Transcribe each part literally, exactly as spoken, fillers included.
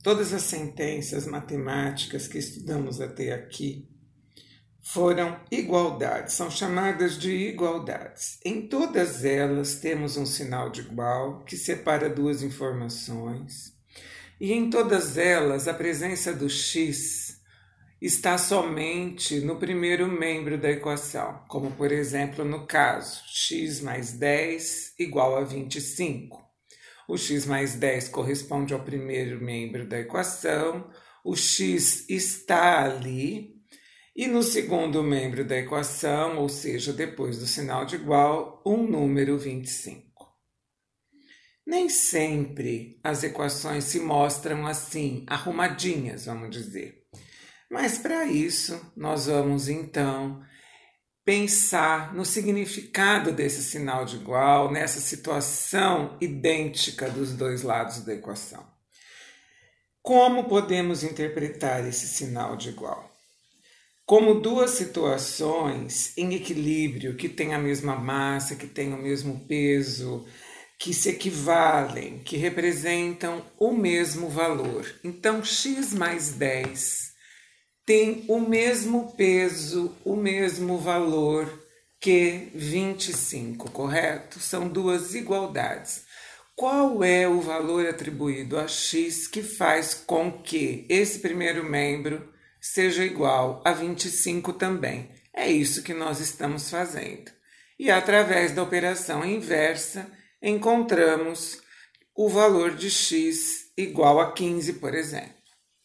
Todas as sentenças matemáticas que estudamos até aqui foram igualdades, são chamadas de igualdades. Em todas elas temos um sinal de igual que separa duas informações, e em todas elas a presença do x está somente no primeiro membro da equação, como por exemplo no caso x mais dez igual a vinte e cinco. O x mais dez corresponde ao primeiro membro da equação, o x está ali, e no segundo membro da equação, ou seja, depois do sinal de igual, um número vinte e cinco. Nem sempre as equações se mostram assim, arrumadinhas, vamos dizer. Mas para isso, nós vamos então pensar no significado desse sinal de igual, nessa situação idêntica dos dois lados da equação. Como podemos interpretar esse sinal de igual? Como duas situações em equilíbrio, que têm a mesma massa, que têm o mesmo peso, que se equivalem, que representam o mesmo valor. Então, x mais dez tem o mesmo peso, o mesmo valor que vinte e cinco, correto? São duas igualdades. Qual é o valor atribuído a x que faz com que esse primeiro membro seja igual a vinte e cinco também? É isso que nós estamos fazendo. E através da operação inversa, encontramos o valor de x igual a quinze, por exemplo.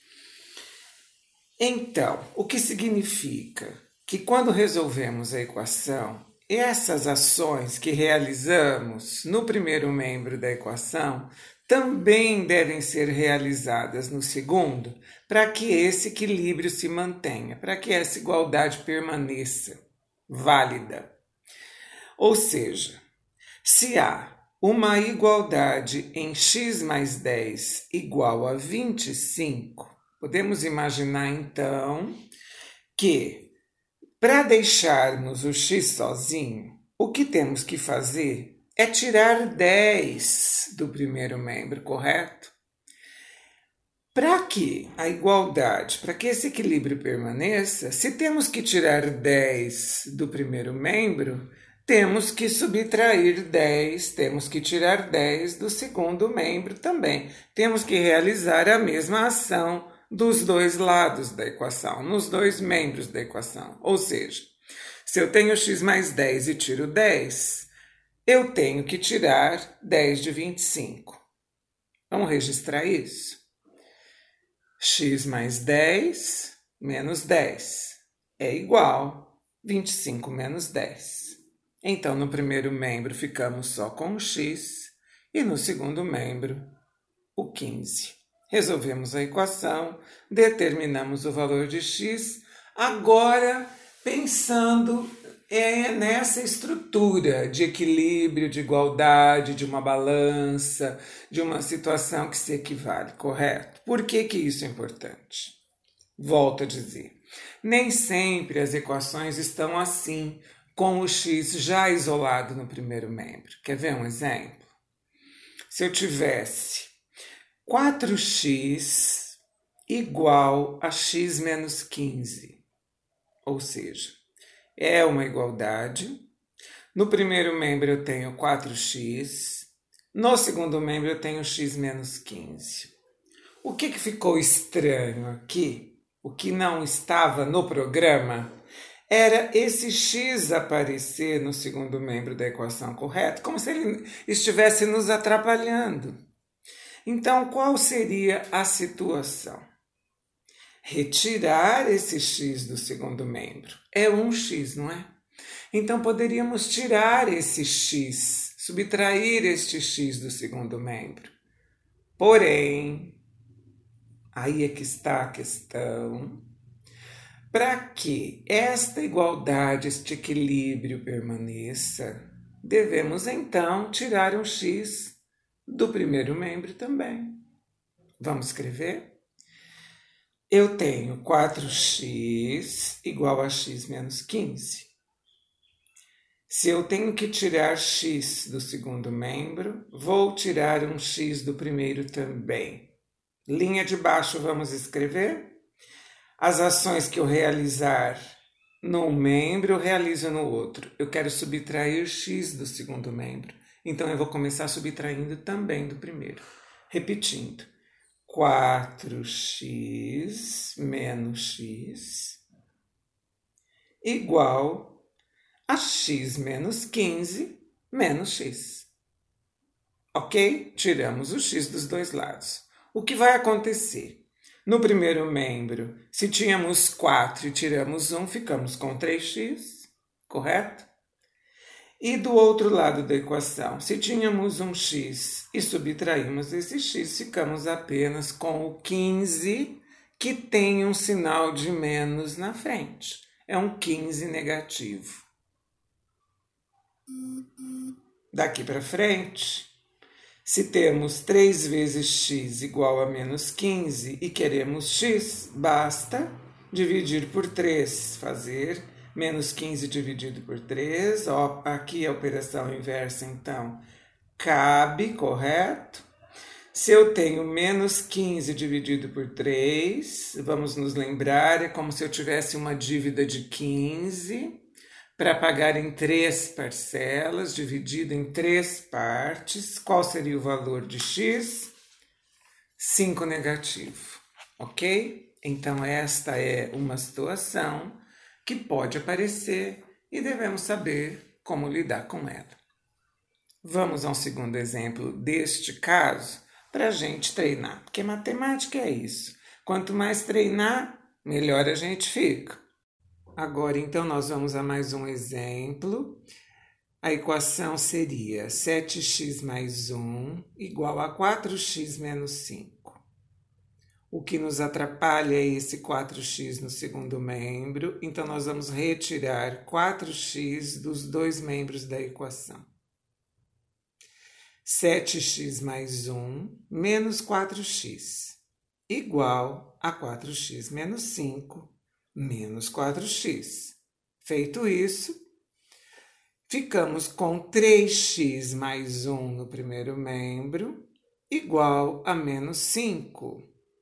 Então, o que significa que quando resolvemos a equação, essas ações que realizamos no primeiro membro da equação também devem ser realizadas no segundo, para que esse equilíbrio se mantenha, para que essa igualdade permaneça válida. Ou seja, se há uma igualdade em x mais dez igual a vinte e cinco, podemos imaginar então que, para deixarmos o x sozinho, o que temos que fazer é tirar dez do primeiro membro, correto? Para que a igualdade, para que esse equilíbrio permaneça, se temos que tirar dez do primeiro membro, temos que subtrair dez, temos que tirar dez do segundo membro também. Temos que realizar a mesma ação dos dois lados da equação, nos dois membros da equação. Ou seja, se eu tenho x mais dez e tiro dez, eu tenho que tirar dez de vinte e cinco. Vamos registrar isso? X mais dez menos dez é igual a vinte e cinco menos dez. Então, no primeiro membro ficamos só com o x e no segundo membro o quinze. Resolvemos a equação, determinamos o valor de x, agora pensando é nessa estrutura de equilíbrio, de igualdade, de uma balança, de uma situação que se equivale, correto? Por que que isso é importante? Volto a dizer, nem sempre as equações estão assim, com o x já isolado no primeiro membro. Quer ver um exemplo? Se eu tivesse quatro x igual a x menos quinze, ou seja, é uma igualdade. No primeiro membro eu tenho quatro x, no segundo membro eu tenho x menos quinze. O que que ficou estranho aqui? O que não estava no programa era esse x aparecer no segundo membro da equação, correto? Como se ele estivesse nos atrapalhando. Então, qual seria a situação? Retirar esse x do segundo membro. É um x, não é? Então, poderíamos tirar esse x, subtrair este x do segundo membro. Porém, aí é que está a questão. Para que esta igualdade, este equilíbrio permaneça, devemos então tirar um x do primeiro membro também. Vamos escrever? Eu tenho quatro x igual a x menos quinze. Se eu tenho que tirar x do segundo membro, vou tirar um x do primeiro também. Linha de baixo, vamos escrever. As ações que eu realizar num membro, eu realizo no outro. Eu quero subtrair x do segundo membro. Então, eu vou começar subtraindo também do primeiro. Repetindo. quatro x menos x igual a x menos quinze menos x. Ok? Tiramos o x dos dois lados. O que vai acontecer? No primeiro membro, se tínhamos quatro e tiramos um, ficamos com três x, correto? E do outro lado da equação, se tínhamos um x e subtraímos esse x, ficamos apenas com o quinze, que tem um sinal de menos na frente. É um quinze negativo. Daqui para frente, se temos três vezes x igual a menos quinze e queremos x, basta dividir por três, fazer menos quinze dividido por três, ó, aqui a operação inversa, então, cabe, correto? Se eu tenho menos quinze dividido por três, vamos nos lembrar, é como se eu tivesse uma dívida de quinze, para pagar em três parcelas, dividido em três partes. Qual seria o valor de x? cinco negativo, ok? Então, esta é uma situação que pode aparecer e devemos saber como lidar com ela. Vamos a um segundo exemplo deste caso para a gente treinar, porque matemática é isso. Quanto mais treinar, melhor a gente fica. Agora, então, nós vamos a mais um exemplo. A equação seria sete x mais um igual a quatro x menos cinco. O que nos atrapalha é esse quatro x no segundo membro, então nós vamos retirar quatro x dos dois membros da equação. sete x mais um menos quatro x igual a quatro x menos cinco menos quatro x. Feito isso, ficamos com três x mais um no primeiro membro, igual a menos cinco.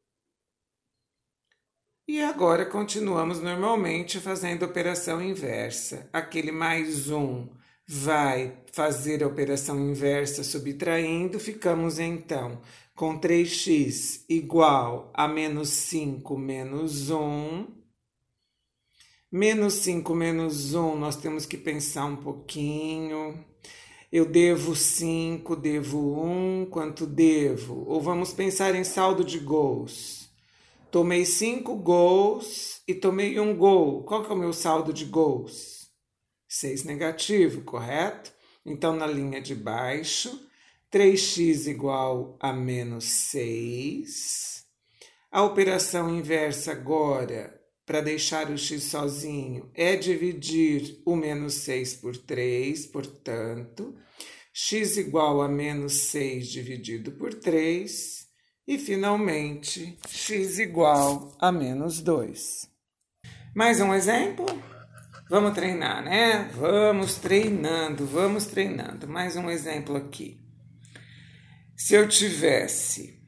E agora continuamos normalmente fazendo a operação inversa. Aquele mais um vai fazer a operação inversa subtraindo, ficamos então com três x igual a menos cinco menos um. Menos cinco menos um, nós temos que pensar um pouquinho. Eu devo cinco, devo um, quanto devo? Ou vamos pensar em saldo de gols. Tomei cinco gols e tomei um gol. Qual que é o meu saldo de gols? seis negativo, correto? Então, na linha de baixo, três x igual a menos seis. A operação inversa agora, para deixar o x sozinho, é dividir o menos seis por três, portanto, x igual a menos seis dividido por três, e, finalmente, x igual a menos dois. Mais um exemplo? Vamos treinar, né? Vamos treinando, vamos treinando. Mais um exemplo aqui. Se eu tivesse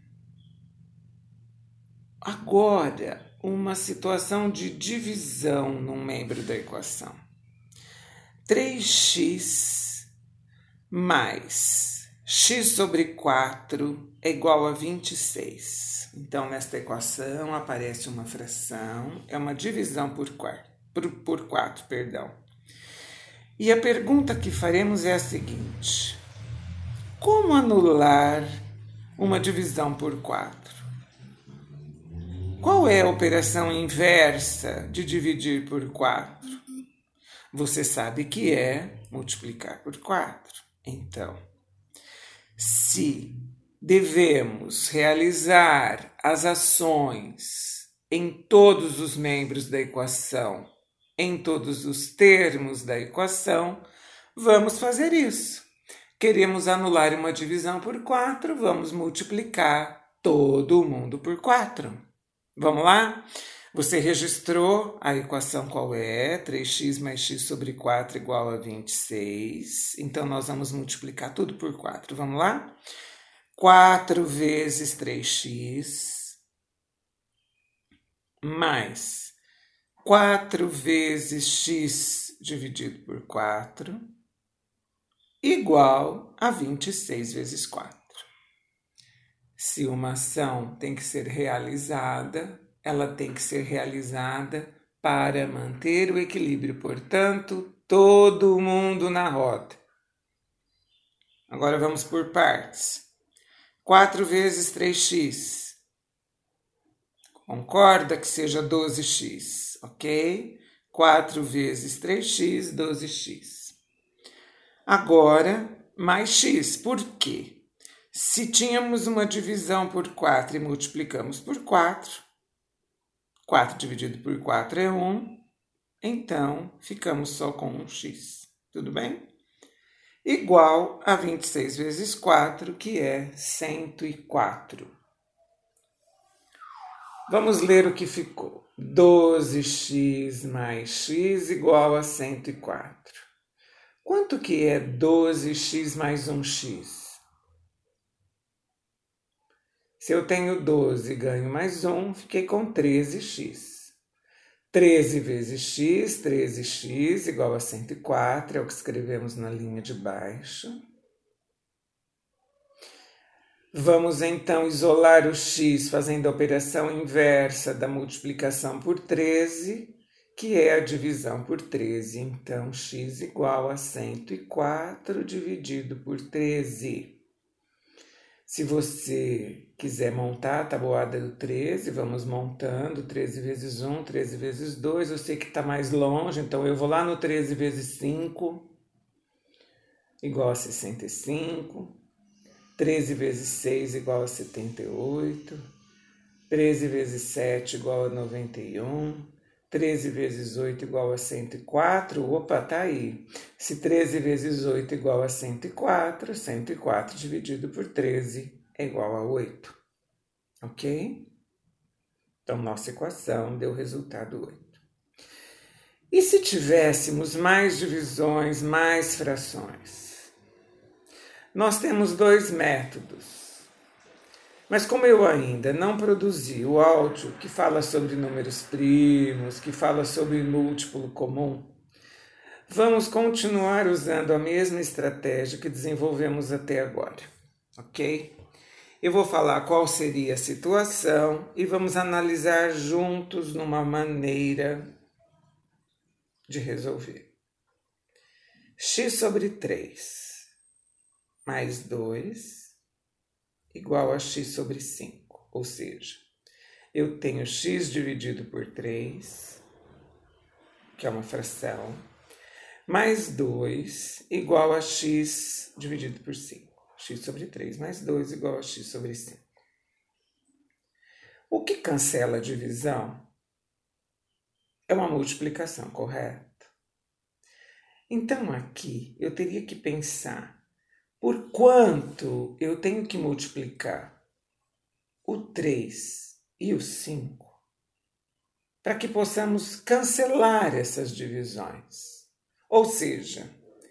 agora uma situação de divisão num membro da equação. três x mais x sobre quatro é igual a vinte e seis. Então, nesta equação aparece uma fração, é uma divisão por quatro, por, por quatro, perdão. E a pergunta que faremos é a seguinte: como anular uma divisão por quatro? Qual é a operação inversa de dividir por quatro? Você sabe que é multiplicar por quatro. Então, se devemos realizar as ações em todos os membros da equação, em todos os termos da equação, vamos fazer isso. Queremos anular uma divisão por quatro, vamos multiplicar todo mundo por quatro. Vamos lá? Você registrou a equação qual é? três x mais x sobre quatro igual a vinte e seis. Então, nós vamos multiplicar tudo por quatro. Vamos lá? quatro vezes três x mais quatro vezes x dividido por quatro igual a vinte e seis vezes quatro. Se uma ação tem que ser realizada, ela tem que ser realizada para manter o equilíbrio, portanto, todo mundo na roda. Agora vamos por partes. quatro vezes três x. Concorda que seja doze x, ok? quatro vezes três x, doze x. Agora, mais x. Por quê? Se tínhamos uma divisão por quatro e multiplicamos por quatro, quatro dividido por quatro é um, então ficamos só com um x. Tudo bem? Igual a vinte e seis vezes quatro, que é cento e quatro. Vamos ler o que ficou. doze x mais x igual a cento e quatro. Quanto que é doze x mais um x? Se eu tenho doze e ganho mais um, fiquei com treze x. treze vezes x, treze x igual a cento e quatro, é o que escrevemos na linha de baixo. Vamos então isolar o x fazendo a operação inversa da multiplicação por treze, que é a divisão por treze. Então, x igual a cento e quatro dividido por treze. Se você quiser montar a tabuada do treze, vamos montando treze vezes um, treze vezes dois. Eu sei que está mais longe, então eu vou lá no treze vezes cinco, igual a sessenta e cinco. treze vezes seis igual a setenta e oito. treze vezes sete igual a noventa e um. treze vezes oito igual a cento e quatro. Opa, tá aí. Se treze vezes oito igual a cento e quatro, cento e quatro dividido por treze é igual a oito. Ok? Então, nossa equação deu resultado oito. E se tivéssemos mais divisões, mais frações? Nós temos dois métodos. Mas como eu ainda não produzi o áudio que fala sobre números primos, que fala sobre múltiplo comum, vamos continuar usando a mesma estratégia que desenvolvemos até agora, ok? Eu vou falar qual seria a situação e vamos analisar juntos numa maneira de resolver. X sobre três mais dois igual a x sobre cinco, ou seja, eu tenho x dividido por três, que é uma fração, mais dois igual a x dividido por cinco. X sobre três mais dois igual a x sobre cinco. O que cancela a divisão é uma multiplicação, correto? Então aqui eu teria que pensar por quanto eu tenho que multiplicar o três e o cinco para que possamos cancelar essas divisões. Ou seja,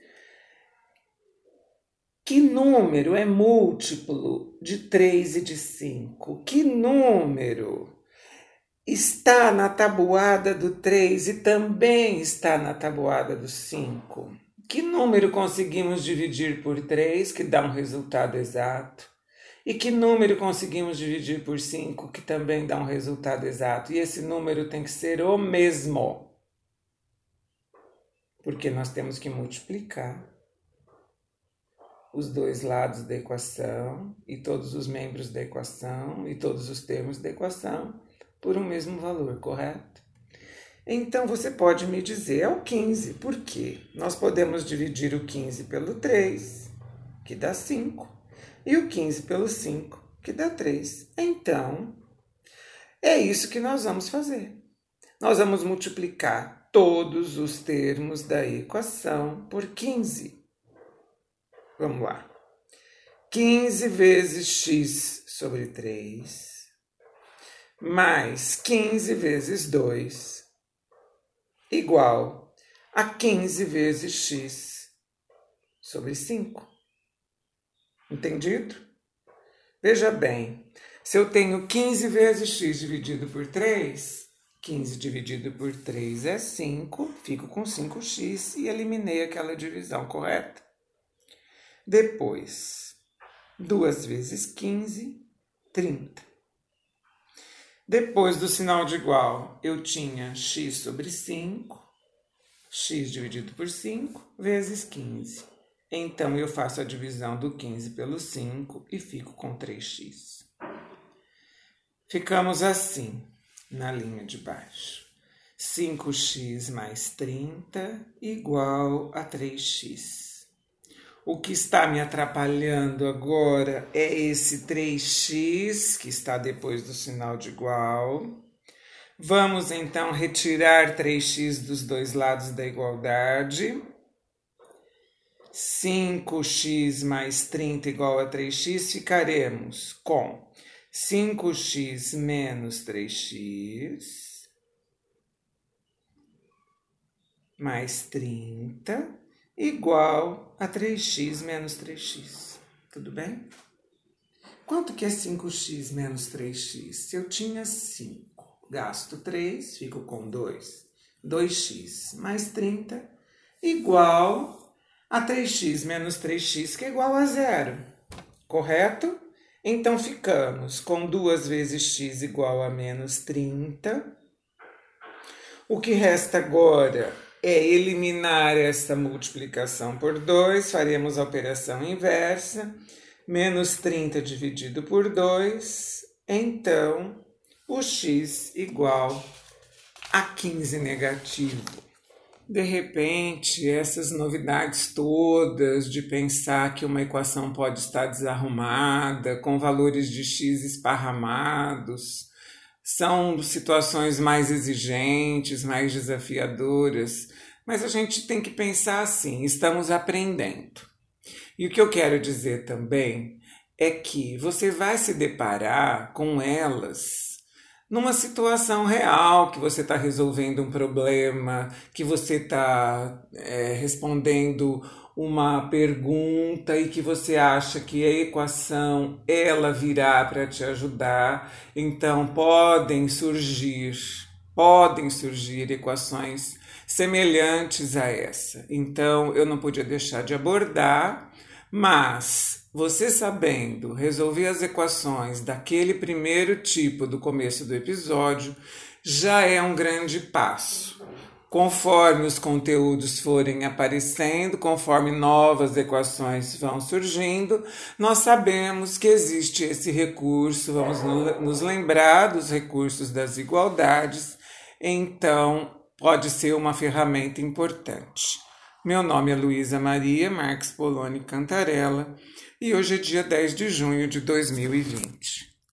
que número é múltiplo de três e de cinco? Que número está na tabuada do três e também está na tabuada do cinco? Que número conseguimos dividir por três, que dá um resultado exato? E que número conseguimos dividir por cinco, que também dá um resultado exato? E esse número tem que ser o mesmo, porque nós temos que multiplicar os dois lados da equação e todos os membros da equação e todos os termos da equação por um mesmo valor, correto? Então, você pode me dizer, é o quinze. Por quê? Nós podemos dividir o quinze pelo três, que dá cinco, e o quinze pelo cinco, que dá três. Então, é isso que nós vamos fazer. Nós vamos multiplicar todos os termos da equação por quinze. Vamos lá. quinze vezes x sobre três, mais quinze vezes dois, igual a quinze vezes x sobre cinco. Entendido? Veja bem, se eu tenho quinze vezes x dividido por três, quinze dividido por três é cinco, fico com cinco x e eliminei aquela divisão, correta? Depois, duas vezes quinze, trinta. Depois do sinal de igual, eu tinha x sobre cinco, x dividido por cinco, vezes quinze. Então, eu faço a divisão do quinze pelo cinco e fico com três x. Ficamos assim, na linha de baixo. cinco x mais trinta igual a três x. O que está me atrapalhando agora é esse três x, que está depois do sinal de igual. Vamos, então, retirar três x dos dois lados da igualdade. cinco x mais trinta igual a três x, ficaremos com cinco x menos três x mais trinta igual a três x menos três x. Tudo bem? Quanto que é cinco x menos três x? Se eu tinha cinco, gasto três, fico com dois. dois x mais trinta igual a três x menos três x, que é igual a zero. Correto? Então, ficamos com duas vezes x igual a menos trinta. O que resta agora é eliminar essa multiplicação por dois. Faremos a operação inversa. Menos trinta dividido por dois. Então, o x igual a quinze negativo. De repente, essas novidades todas de pensar que uma equação pode estar desarrumada, com valores de x esparramados, são situações mais exigentes, mais desafiadoras, mas a gente tem que pensar assim, estamos aprendendo. E o que eu quero dizer também é que você vai se deparar com elas numa situação real, que você está resolvendo um problema, que você está é, respondendo uma pergunta e que você acha que a equação, ela virá para te ajudar. Então, podem surgir, podem surgir equações semelhantes a essa. Então, eu não podia deixar de abordar, mas você sabendo resolver as equações daquele primeiro tipo do começo do episódio, já é um grande passo. Conforme os conteúdos forem aparecendo, conforme novas equações vão surgindo, nós sabemos que existe esse recurso, vamos nos lembrar dos recursos das igualdades, então pode ser uma ferramenta importante. Meu nome é Luísa Maria Marques Poloni Cantarella e hoje é dia dez de junho de dois mil e vinte.